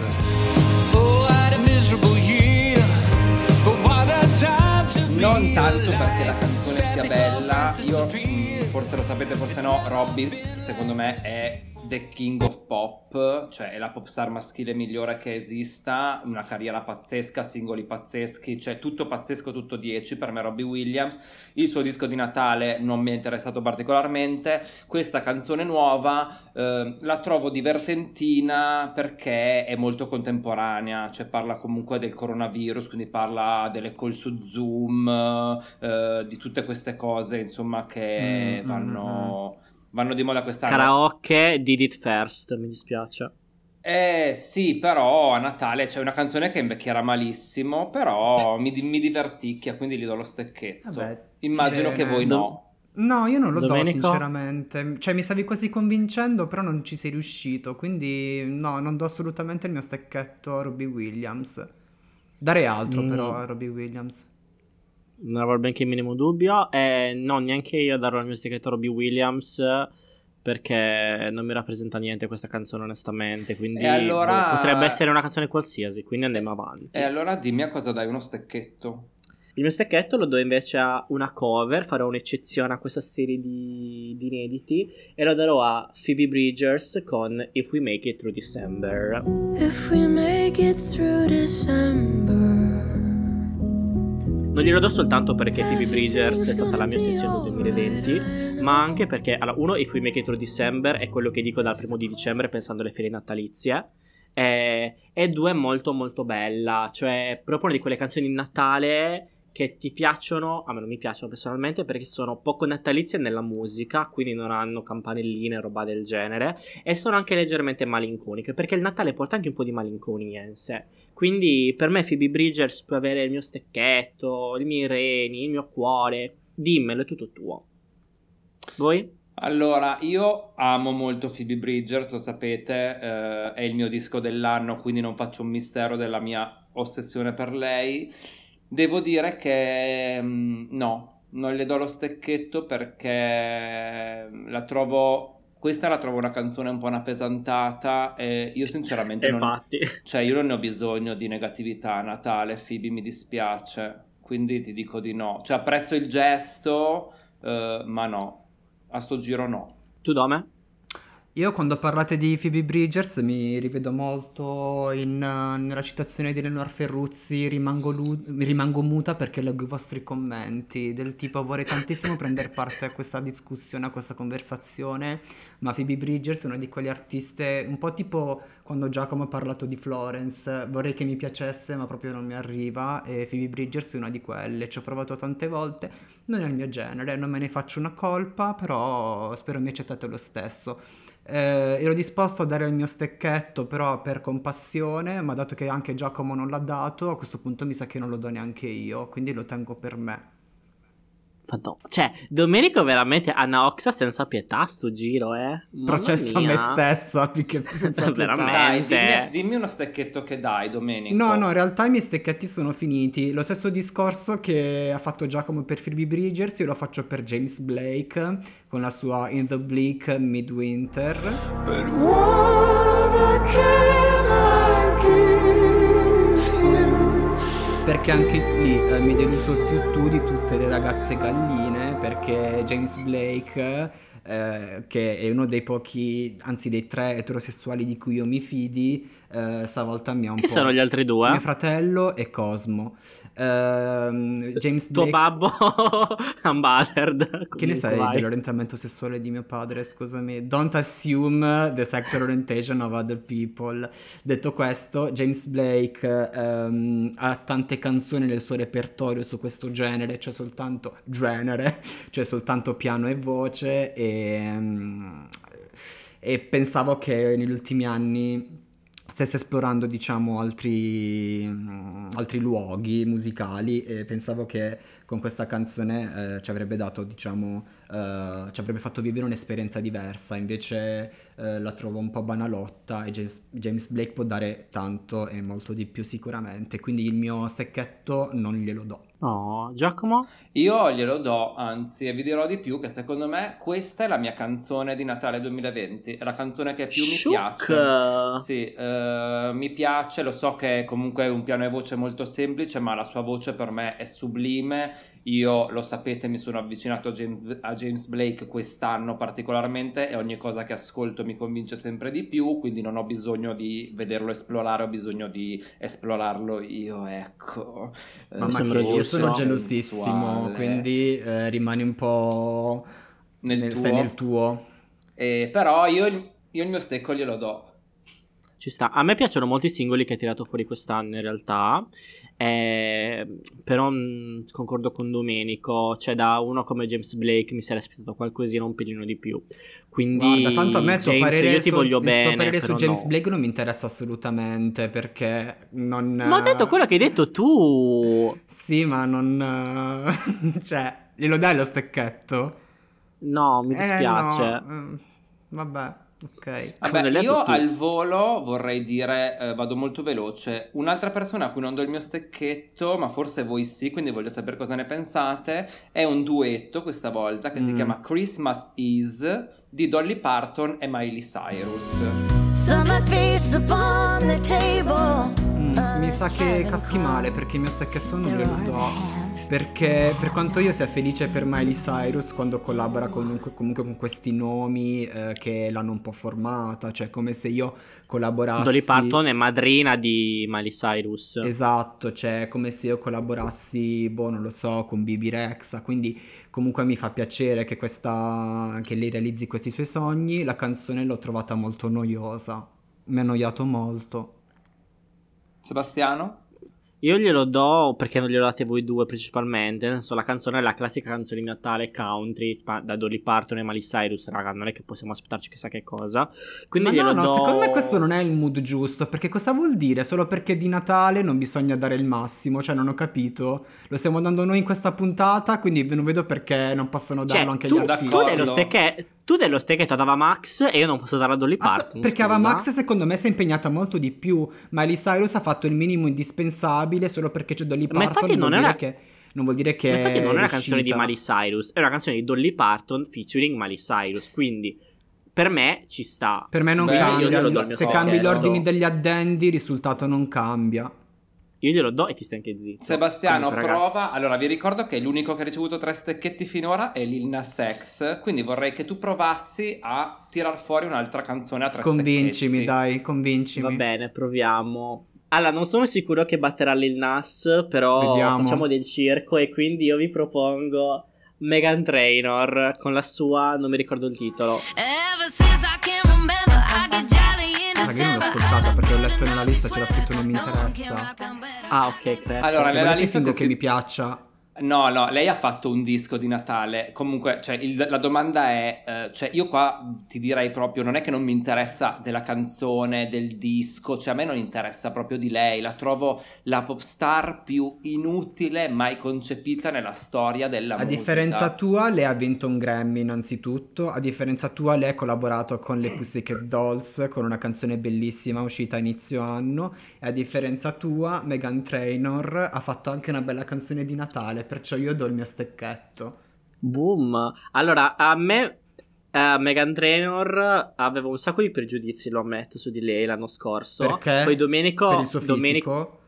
Non tanto perché la canzone sia bella, io mh, forse lo sapete, forse no, Robbie secondo me è the king of pop, cioè è la pop star maschile migliore che esista, una carriera pazzesca, singoli pazzeschi, cioè tutto pazzesco, tutto dieci per me Robbie Williams. Il suo disco di Natale non mi è interessato particolarmente, questa canzone nuova eh, la trovo divertentina perché è molto contemporanea, cioè parla comunque del coronavirus, quindi parla delle call su Zoom, eh, di tutte queste cose insomma che Mm, vanno... vanno di moda quest'anno. Karaoke Did It First, mi dispiace. Eh sì, però a Natale c'è una canzone che invecchierà malissimo, però mi, di- mi diverticchia, quindi gli do lo stecchetto. Vabbè, Immagino bene. che voi no. No, io non lo Domenico? do sinceramente, cioè mi stavi quasi convincendo però non ci sei riuscito, quindi no, non do assolutamente il mio stecchetto a Robbie Williams. Darei altro Mm. però a Robbie Williams. Non avevo benché il minimo dubbio. E no, neanche io darò il mio stecchetto a Robbie Williams, perché non mi rappresenta niente questa canzone onestamente. Quindi E allora- boh, potrebbe essere una canzone qualsiasi, quindi andiamo avanti. E allora dimmi a cosa dai uno stecchetto. Il mio stecchetto lo do invece a una cover, farò un'eccezione a questa serie di, di inediti e lo darò a Phoebe Bridgers con If We Make It Through December. If we make it through December. Non glielo do soltanto perché Phoebe Bridgers è stata la mia ossessione del duemilaventi, ma anche perché, allora, uno, If We Make It Through December è quello che dico dal primo di dicembre pensando alle ferie natalizie, e, e due, è molto molto bella, cioè proprio una di quelle canzoni di Natale che ti piacciono, a me non mi piacciono personalmente perché sono poco natalizie nella musica, quindi non hanno campanelline e roba del genere, e sono anche leggermente malinconiche, perché il Natale porta anche un po' di malinconia in sé. Quindi per me Phoebe Bridgers può avere il mio stecchetto, i miei reni, il mio cuore, dimmelo, è tutto tuo. Voi? Allora, io amo molto Phoebe Bridgers, lo sapete, eh, è il mio disco dell'anno, quindi non faccio un mistero della mia ossessione per lei. Devo dire che mh, no, non le do lo stecchetto perché la trovo... Questa la trovo una canzone un po' una pesantata e io sinceramente non, Infatti. cioè io non ne ho bisogno di negatività a Natale, Phoebe, mi dispiace, quindi ti dico di no. Cioè apprezzo il gesto, eh, ma no, a sto giro no. Tu Dome? Io quando parlate di Phoebe Bridgers mi rivedo molto in, uh, nella citazione di Eleonora Ferruzzi, rimango, lu- rimango muta perché leggo i vostri commenti, del tipo vorrei tantissimo prendere parte a questa discussione, a questa conversazione, ma Phoebe Bridgers è una di quelle artiste, un po' tipo quando Giacomo ha parlato di Florence, vorrei che mi piacesse ma proprio non mi arriva, e Phoebe Bridgers è una di quelle, ci ho provato tante volte, non è il mio genere, non me ne faccio una colpa, però spero mi accettate lo stesso. Eh, ero disposto a dare il mio stecchetto però per compassione, ma dato che anche Giacomo non l'ha dato, a questo punto mi sa che non lo do neanche io, quindi lo tengo per me. Fatto. Cioè, Domenico veramente Anna Oxa senza pietà sto giro, eh. Mamma Processo mia. a me stessa più che senza pietà. Dai, dimmi, dimmi uno stecchetto che dai, Domenico. No, no, in realtà i miei stecchetti sono finiti. Lo stesso discorso che ha fatto Giacomo per Phoebe Bridgers, io lo faccio per James Blake con la sua In the Bleak Midwinter. But what can I give him? Perché anche lì eh, mi deluso il più tu di tutte le ragazze galline, perché James Blake, eh, che è uno dei pochi, anzi dei tre eterosessuali di cui io mi fidi, eh, stavolta mi ha un Chi po'... sono gli altri due? Mio fratello e Cosmo. Ehm, James Tuo Blake... babbo unbothered. Che ne sai vai. dell'orientamento sessuale di mio padre, scusami. Don't assume the sexual orientation of other people. Detto questo, James Blake ehm, ha tante canzoni nel suo repertorio su questo genere, cioè soltanto genere, cioè soltanto piano e voce, e, e pensavo che negli ultimi anni stesse esplorando, diciamo, altri, altri luoghi musicali, e pensavo che con questa canzone eh, ci avrebbe dato, diciamo, eh, ci avrebbe fatto vivere un'esperienza diversa. Invece eh, la trovo un po' banalotta, e James, James Blake può dare tanto e molto di più sicuramente, quindi il mio stecchetto non glielo do. No, Giacomo? Io glielo do, anzi, e vi dirò di più che secondo me questa è la mia canzone di Natale duemilaventi, è la canzone che più Shook. mi piace. Sì, eh, mi piace, lo so che comunque è un piano e voce molto semplice, ma la sua voce per me è sublime. Io, lo sapete, mi sono avvicinato a James, a James Blake quest'anno particolarmente, e ogni cosa che ascolto mi convince sempre di più, quindi non ho bisogno di vederlo esplorare, ho bisogno di esplorarlo io, ecco. Mamma Eh, mia, io sono sensuale. gelosissimo, quindi eh, rimani un po' Nel nel, tuo. stai nel tuo. Eh, però io, io il mio stecco glielo do. Ci sta. A me piacciono molti singoli che hai tirato fuori quest'anno in realtà, eh, però mh, concordo con Domenico, cioè da uno come James Blake mi sarei aspettato qualcosina un pelino di più. Quindi Guarda, tanto a me il tuo James, parere, io ti su, voglio il bene, tuo parere su però James no. Blake non mi interessa assolutamente, perché non... Ma ho detto quello che hai detto tu. Sì, ma non... cioè, glielo dai lo stecchetto? No, mi dispiace. Eh, no. eh, Vabbè, ok. Vabbè, l'hai io detto tu. al volo vorrei dire, eh, vado molto veloce, un'altra persona a cui non do il mio stecchetto, ma forse voi sì, quindi voglio sapere cosa ne pensate, è un duetto questa volta che si Mm. chiama Christmas Is di Dolly Parton e Miley Cyrus. Summer feast upon the table. Mm, mi sa che caschi male, perché il mio stecchetto non glielo do. Perché per quanto io sia felice per Miley Cyrus quando collabora comunque, comunque con questi nomi eh, che l'hanno un po' formata, cioè come se io collaborassi... Dolly Parton è madrina di Miley Cyrus. Esatto, cioè come se io collaborassi, boh, non lo so, con Bibi Rexha, quindi comunque mi fa piacere che questa che lei realizzi questi suoi sogni. La canzone l'ho trovata molto noiosa, mi ha annoiato molto. Sebastiano? Io glielo do perché non glielo date voi due principalmente. Nel senso, la canzone è la classica canzone di Natale country pa- da Dolly Parton e Miley Cyrus, raga, non è che possiamo aspettarci chissà che cosa. Quindi Ma glielo no, no, do. secondo me questo non è il mood giusto, perché cosa vuol dire? Solo perché di Natale non bisogna dare il massimo, cioè non ho capito. Lo stiamo dando noi in questa puntata, quindi non vedo perché non possono darlo Cioè, anche tu, gli artisti. tu dello stecche- tu dello stecchetto ad Ava Max e io non posso dare a Dolly Ah, Parton. perché scusa. Ava Max secondo me si è impegnata molto di più. Miley Cyrus ha fatto il minimo indispensabile solo perché c'è Dolly Ma Parton. infatti non vuol era- dire che non vuol dire che Ma infatti non è è una canzone di riuscita. Miley Cyrus, è una canzone di Dolly Parton featuring Miley Cyrus, quindi per me ci sta. Per me non Beh, io cambia. glielo do il mio Se stecchetto. cambi gli ordini degli addendi, il risultato non cambia. Io glielo do e ti stai anche zitto. Sebastiano, Comunque, prova. ragazzi. Allora, vi ricordo che l'unico che ha ricevuto tre stecchetti finora è Lil Nas X, quindi vorrei che tu provassi a tirar fuori un'altra canzone a tre Convincimi, stecchetti. dai, convincimi. Va bene, proviamo. Allora, non sono sicuro che batterà Lil Nas, però Vediamo. facciamo del circo e quindi io vi propongo Meghan Trainor con la sua, non mi ricordo il titolo. Ah, che io non l'ho ascoltata perché ho letto nella lista, c'era scritto non mi interessa. Ah, ok, credo. Allora, Se nella volete lista fingo c'è che scritto- mi piaccia. No, no, lei ha fatto un disco di Natale. Comunque, cioè, il- la domanda è, eh, cioè, io qua ti direi proprio, non è che non mi interessa della canzone, del disco, cioè a me non interessa proprio di lei, la trovo la pop star più inutile mai concepita nella storia della A musica. differenza tua, lei ha vinto un Grammy innanzitutto. A differenza tua, lei ha collaborato con le Pussycat Dolls con una canzone bellissima uscita a inizio anno. E a differenza tua, Meghan Trainor ha fatto anche una bella canzone di Natale. Perciò io do il mio stecchetto. Boom. Allora, a me eh, Meghan Trainor avevo un sacco di pregiudizi, lo ammetto, su di lei l'anno scorso. Perché? Poi Domenico Per il suo fisico? Domenico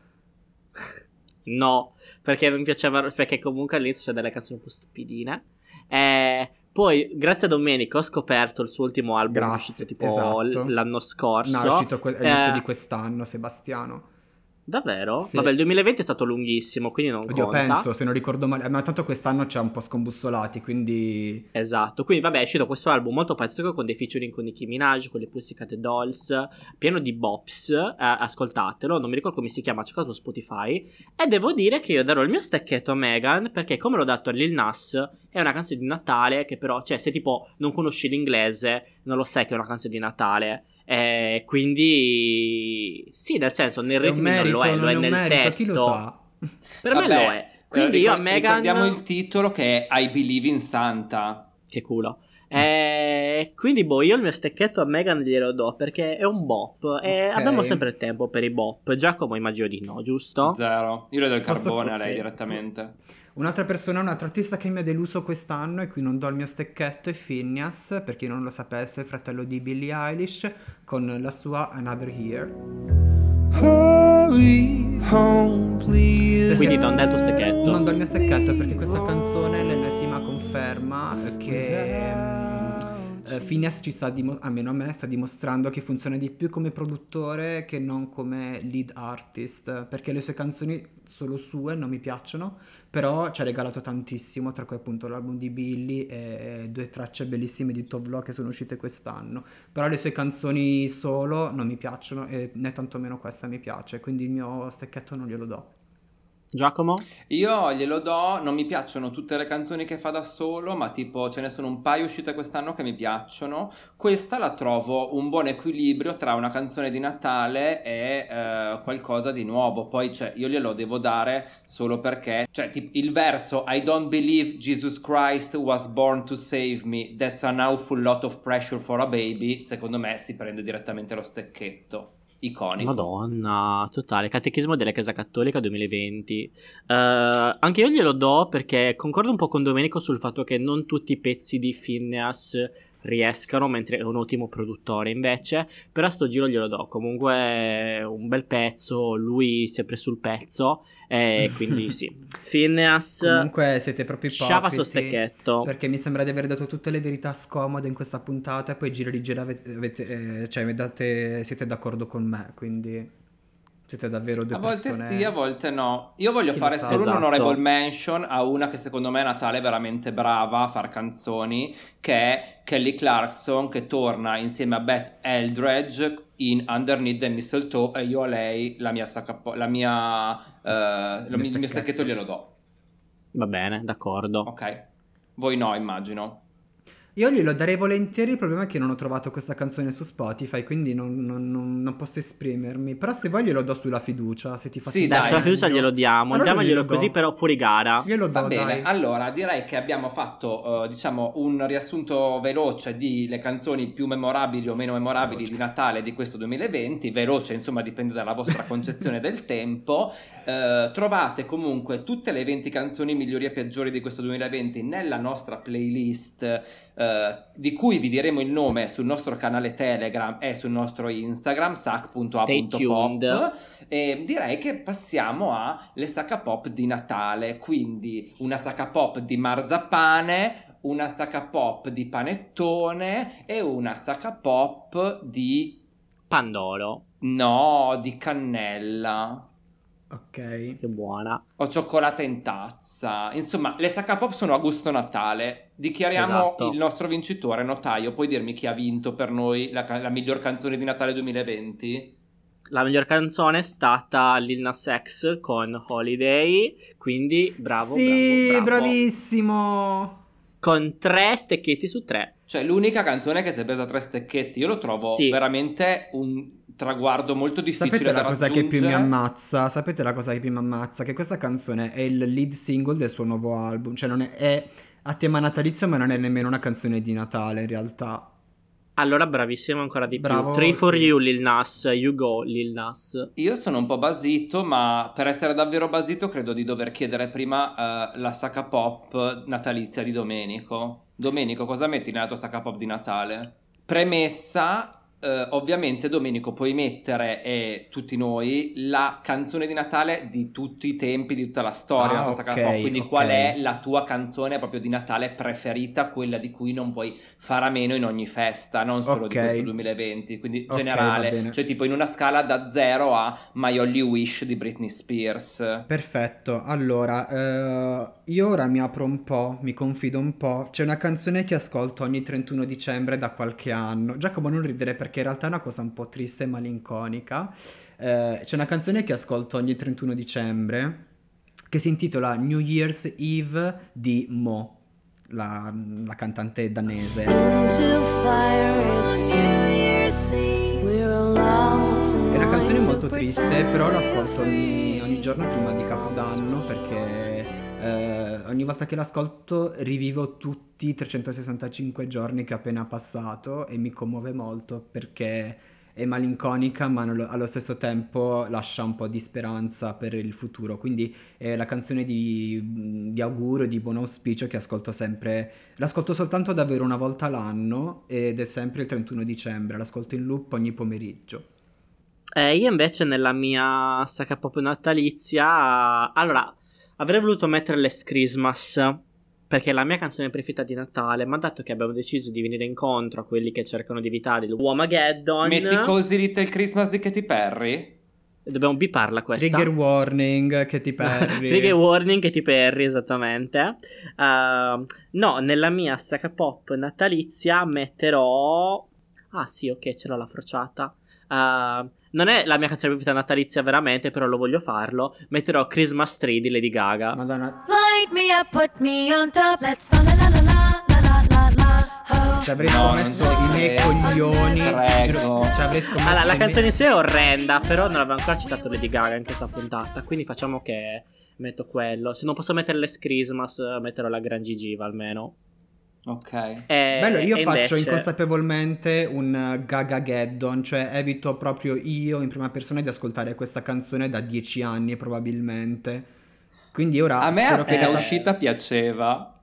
No, perché mi piaceva, perché comunque all'inizio c'è delle canzoni un po' stupidine. Eh, poi, grazie a Domenico, ho scoperto il suo ultimo album, Grazie, uscito tipo esatto. l- l'anno scorso. No, è uscito que- all'inizio Eh, di quest'anno, Sebastiano. Davvero? Sì. Vabbè, il duemilaventi è stato lunghissimo, quindi non Oddio, conta. penso, se non ricordo male. Ma tanto quest'anno ci ha un po' scombussolati, quindi... Esatto, quindi vabbè è uscito questo album molto pazzesco con dei featuring con Nicki Minaj, con le Pussycat Dolls, pieno di bops, eh, ascoltatelo, non mi ricordo come si chiama, cercato su Spotify, e devo dire che io darò il mio stecchetto a Meghan perché come l'ho dato a Lil Nas è una canzone di Natale che però, cioè se tipo non conosci l'inglese non lo sai che è una canzone di Natale. Eh, quindi sì, nel senso nel È un ritmo non merito, lo è, lo non è è un nel merito, testo. chi lo sa? Per me Vabbè, lo è. Quindi eh, io a ricor- Meghan ricordiamo il titolo che è I Believe in Santa. Che culo. Eh, quindi boh, io il mio stecchetto a Meghan glielo do perché è un bop e Ok. abbiamo sempre tempo per i bop. Giacomo immagino di no, giusto? Zero. Io le do il Posso- carbone a lei ok. direttamente. Un'altra persona, un altro artista che mi ha deluso quest'anno e qui non do il mio stecchetto è Phineas, per chi non lo sapesse, è il fratello di Billie Eilish con la sua Another Year. Quindi non dai il tuo stecchetto. Non do il mio stecchetto perché questa canzone è l'ennesima conferma che mm, eh, Phineas ci sta dimo- almeno a me sta dimostrando che funziona di più come produttore che non come lead artist, perché le sue canzoni solo sue non mi piacciono, però ci ha regalato tantissimo, tra cui appunto l'album di Billie e due tracce bellissime di Tove Lo che sono uscite quest'anno. Però le sue canzoni solo non mi piacciono e né tantomeno questa mi piace, quindi il mio stecchetto non glielo do. Giacomo? Io glielo do, non mi piacciono tutte le canzoni che fa da solo, ma tipo ce ne sono un paio uscite quest'anno che mi piacciono. Questa la trovo un buon equilibrio tra una canzone di Natale e eh, qualcosa di nuovo. Poi cioè, io glielo devo dare solo perché, cioè tipo, il verso I don't believe Jesus Christ was born to save me, that's an awful lot of pressure for a baby, secondo me si prende direttamente lo stecchetto. Iconico. Madonna, totale, catechismo della Chiesa Cattolica duemilaventi. Eh, anche io glielo do perché concordo un po' con Domenico sul fatto che non tutti i pezzi di Phineas riescano, mentre è un ottimo produttore invece, però a sto giro glielo do, comunque è un bel pezzo, lui sempre sul pezzo, e quindi sì, Phineas Comunque siete proprio sciava ipocriti, sto stecchetto. perché mi sembra di aver dato tutte le verità scomode in questa puntata e poi gira di gira avete, avete- eh, cioè mi date, siete d'accordo con me, quindi siete davvero due A volte persone... sì, a volte no. Io voglio Chi lo fare sa? solo Esatto. un honorable mention a una che secondo me a Natale è veramente brava a far canzoni, che è Kelly Clarkson, che torna insieme a Beth Eldredge in Underneath the Mistletoe, e io a lei la mia sacca, la mia eh, il mio, il mio stacchetto glielo do. Va bene, d'accordo. Ok. Voi no, immagino. Io glielo darei volentieri, il problema è che non ho trovato questa canzone su Spotify, quindi non, non- non- non posso esprimermi, però se vuoi glielo do sulla fiducia, se ti fa Sì, sentire dai. Sulla fiducia meglio. glielo diamo, Allora diamoglielo glielo do. così però fuori gara. Glielo do, Va bene, dai. allora direi che abbiamo fatto eh, diciamo un riassunto veloce di le canzoni più memorabili o meno memorabili di Natale di questo duemilaventi, veloce insomma dipende dalla vostra concezione del tempo. Eh, trovate comunque tutte le venti canzoni migliori e peggiori di questo duemilaventi nella nostra playlist eh, di cui vi diremo il nome sul nostro canale Telegram e sul nostro Instagram sac punto a punto pop, e direi che passiamo alle sacca pop di Natale, quindi una sacca pop di marzapane, una sacca pop di panettone e una sacca pop di pandoro. No, di cannella. Ok. Che buona. O cioccolata in tazza. Insomma, le sacca pop sono a gusto Natale. Dichiariamo Esatto. il nostro vincitore. Notaio, puoi dirmi chi ha vinto per noi la, la miglior canzone di Natale duemilaventi? La miglior canzone è stata Lil Nas X con Holiday, quindi bravo, sì, bravo, bravo. Bravissimo. Con tre stecchetti su tre. Cioè, l'unica canzone che si è presa tre stecchetti. Io lo trovo Sì. veramente un traguardo molto difficile Sapete da la cosa raggiungere. che più mi ammazza? Sapete la cosa che più mi ammazza? Che questa canzone è il lead single del suo nuovo album. Cioè non è, è a tema natalizio, ma non è nemmeno una canzone di Natale in realtà. Allora bravissimo ancora di Bravo, più. Three for sì. you Lil Nas, you go Lil Nas. Io sono un po' basito, ma per essere davvero basito credo di dover chiedere prima eh, la sacca pop natalizia di Domenico. Domenico, cosa metti nella tua sacca pop di Natale? Premessa, eh, ovviamente Domenico puoi mettere, e tutti noi, la canzone di Natale di tutti i tempi, di tutta la storia, Ah, la tua sacca ok, pop. Quindi ok. qual è la tua canzone proprio di Natale preferita, quella di cui non puoi fare a meno in ogni festa, non solo Ok. di questo duemilaventi, quindi Ok, generale, va bene. cioè tipo in una scala da zero a My Only Wish di Britney Spears. Perfetto, allora, eh, io ora mi apro un po', mi confido un po'. C'è una canzone che ascolto ogni trentuno dicembre da qualche anno. Giacomo, non ridere perché in realtà è una cosa un po' triste e malinconica. Eh, c'è una canzone che ascolto ogni trentuno dicembre che si intitola New Year's Eve di Mo, la, la cantante danese. È una canzone molto triste, però l'ascolto ogni, ogni giorno prima di Capodanno perché eh, ogni volta che l'ascolto rivivo tutti i trecentosessantacinque giorni che ho appena passato e mi commuove molto perché è malinconica ma allo, allo stesso tempo lascia un po' di speranza per il futuro, quindi è la canzone di, di augurio, di buon auspicio che ascolto sempre, l'ascolto soltanto davvero una volta l'anno ed è sempre il trentuno dicembre, l'ascolto in loop ogni pomeriggio. Eh, io invece nella mia sacca pop natalizia, allora, avrei voluto mettere Last Christmas, perché è la mia canzone preferita di Natale, ma dato che abbiamo deciso di venire incontro a quelli che cercano di evitare il Womageddon, Metti Cozy Little Christmas di Katy Perry? dobbiamo biparla questa. Trigger warning, Katy Perry. Trigger warning, Katy Perry, esattamente. Uh, no, nella mia sacca pop natalizia metterò... Ah sì, ok, ce l'ho la frociata. Uh, non è la mia canzone preferita natalizia veramente, però lo voglio farlo. Metterò Christmas Tree di Lady Gaga. Madonna. Light me up, put me on top, let's fa la la la la la la la ho. Ci avrei scommesso i miei coglioni. Prego. Ci avrei scommesso Allora, la i canzone in sé è orrenda, però non avevo ancora citato Lady Gaga in questa puntata, quindi facciamo che metto quello. Se non posso mettere Last Christmas, metterò la Gran Gigiva almeno. Ok. E, Bello, io e faccio invece... inconsapevolmente un Gagageddon, cioè evito proprio io in prima persona di ascoltare questa canzone da dieci anni probabilmente. Quindi ora... A me spero appena che- uscita piaceva.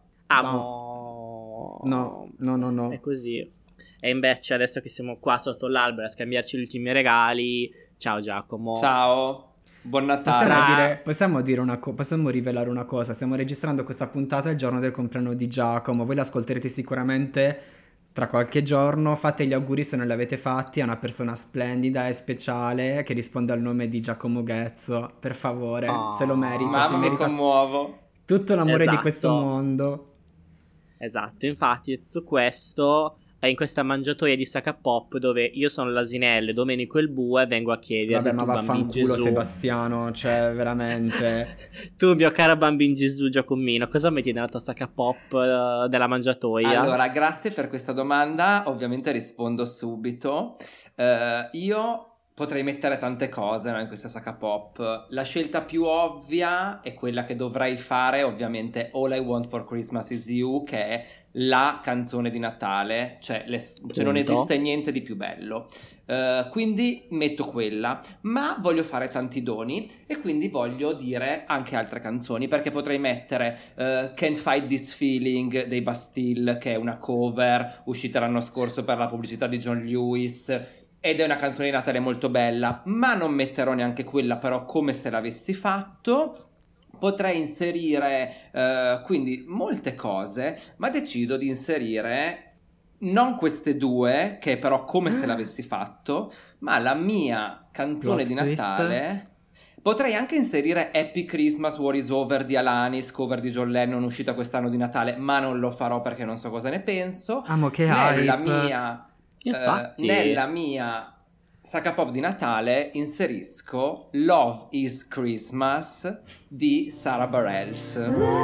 Amo... No, no, no, no. È così. E invece adesso che siamo qua sotto l'albero a scambiarci gli ultimi regali, ciao Giacomo. Ciao. Buon Natale. Possiamo dire, possiamo dire una cosa, possiamo rivelare una cosa. Stiamo registrando questa puntata il giorno del compleanno di Giacomo. Voi l'ascolterete sicuramente tra qualche giorno. Fate gli auguri se non li avete fatti a una persona splendida e speciale che risponde al nome di Giacomo Ghezzo. Per favore, Oh, se lo merita. Mamma, si mi merita commuovo. tutto l'amore Esatto. di questo mondo. Esatto, infatti tutto questo è in questa mangiatoia di sacca pop dove io sono l'asinello e Domenico il bue, vengo a chiedere Vabbè, ma tu, bambin vaffanculo Gesù. Sebastiano, cioè veramente. Tu, mio caro bambin Gesù Giacomino, cosa metti nella tua sacca pop uh, della mangiatoia? Allora, grazie per questa domanda. Ovviamente rispondo subito. Eh, io potrei mettere tante cose, no, in questa sacca pop. La scelta più ovvia è quella che dovrei fare, ovviamente All I Want for Christmas Is You, che è la canzone di Natale, cioè, le, cioè non esiste niente di più bello. Uh, quindi metto quella, ma voglio fare tanti doni e quindi voglio dire anche altre canzoni, perché potrei mettere uh, Can't Fight This Feeling dei Bastille, che è una cover uscita l'anno scorso per la pubblicità di John Lewis ed è una canzone di Natale molto bella, ma non metterò neanche quella, però come se l'avessi fatto. Potrei inserire uh, quindi molte cose, ma decido di inserire non queste due, che è però come se l'avessi fatto, ma la mia canzone Plot di twist. Natale. Potrei anche inserire Happy Christmas, War is Over di Alanis, cover di John Lennon, uscita quest'anno di Natale, ma non lo farò perché non so cosa ne penso. Amo che nella hype. mia eh, nella mia sacca pop di Natale inserisco Love is Christmas di Sarah Bareilles.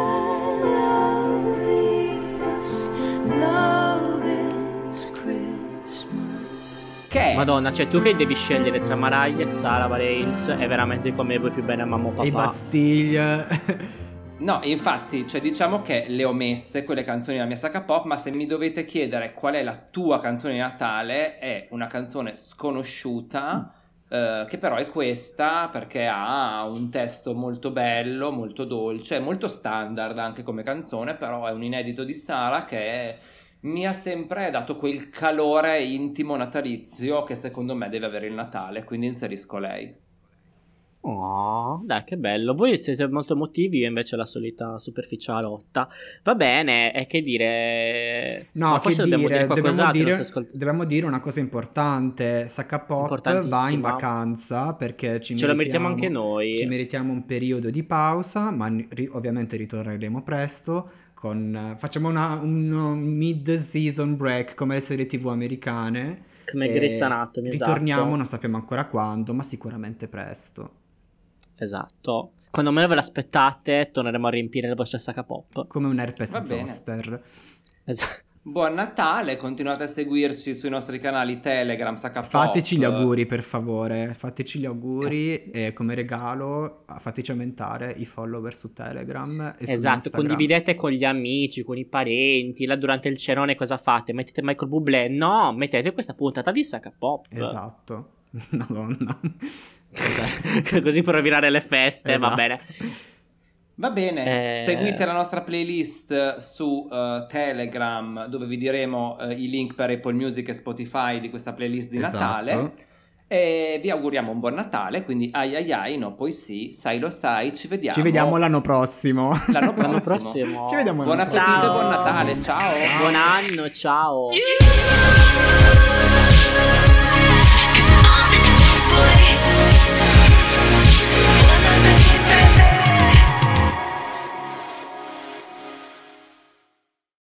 Che Madonna, cioè tu che devi scegliere tra Mariah e Sarah Bareilles è veramente come vuoi più bene a mamma o papà. E Bastille. No, infatti, cioè diciamo che le ho messe quelle canzoni nella mia sacca pop, ma se mi dovete chiedere qual è la tua canzone di Natale, è una canzone sconosciuta, eh, che però è questa perché ha un testo molto bello, molto dolce, molto standard anche come canzone, però è un inedito di Sara che mi ha sempre dato quel calore intimo natalizio che secondo me deve avere il Natale, quindi inserisco lei. Oh, dai, che bello. Voi siete molto emotivi, io invece la solita superficialotta. Va bene, e che dire? No, Ma che forse dobbiamo dire, dobbiamo qualcos'altro, dire, non si ascolta- dobbiamo dire una cosa importante. Sacca Pop va in Importantissima. vacanza perché ci Ce lo meritiamo, mettiamo anche noi. ci meritiamo un periodo di pausa, ma ri- ovviamente ritorneremo presto. Con, facciamo una, un mid-season break come le serie tv americane. Come E Grey's Anatomy, ritorniamo, esatto. non sappiamo ancora quando, ma sicuramente presto. Esatto. Quando meno ve l'aspettate, torneremo a riempire le vostre sacca pop. Come un herpes Va bene. zoster. Esatto. Buon Natale, continuate a seguirci sui nostri canali Telegram, Sacca Pop. Fateci gli auguri per favore, fateci gli auguri e come regalo fateci aumentare i follower su Telegram e su Esatto, Instagram. condividete con gli amici, con i parenti. Là durante il cenone cosa fate? Mettete Michael Bublé? No, mettete questa puntata di Sacca Pop. Esatto, madonna. Così per rovinare le feste, Esatto. va bene. Va bene, Eh. seguite la nostra playlist su uh, Telegram dove vi diremo uh, i link per Apple Music e Spotify di questa playlist di Esatto. Natale e vi auguriamo un buon Natale, quindi ai ai ai, no poi sì, sai lo sai, ci vediamo. Ci vediamo l'anno prossimo. l'anno prossimo. L'anno prossimo. Ci vediamo Buon l'anno appetito e prossimo. buon Natale, ciao. Buon anno, ciao. You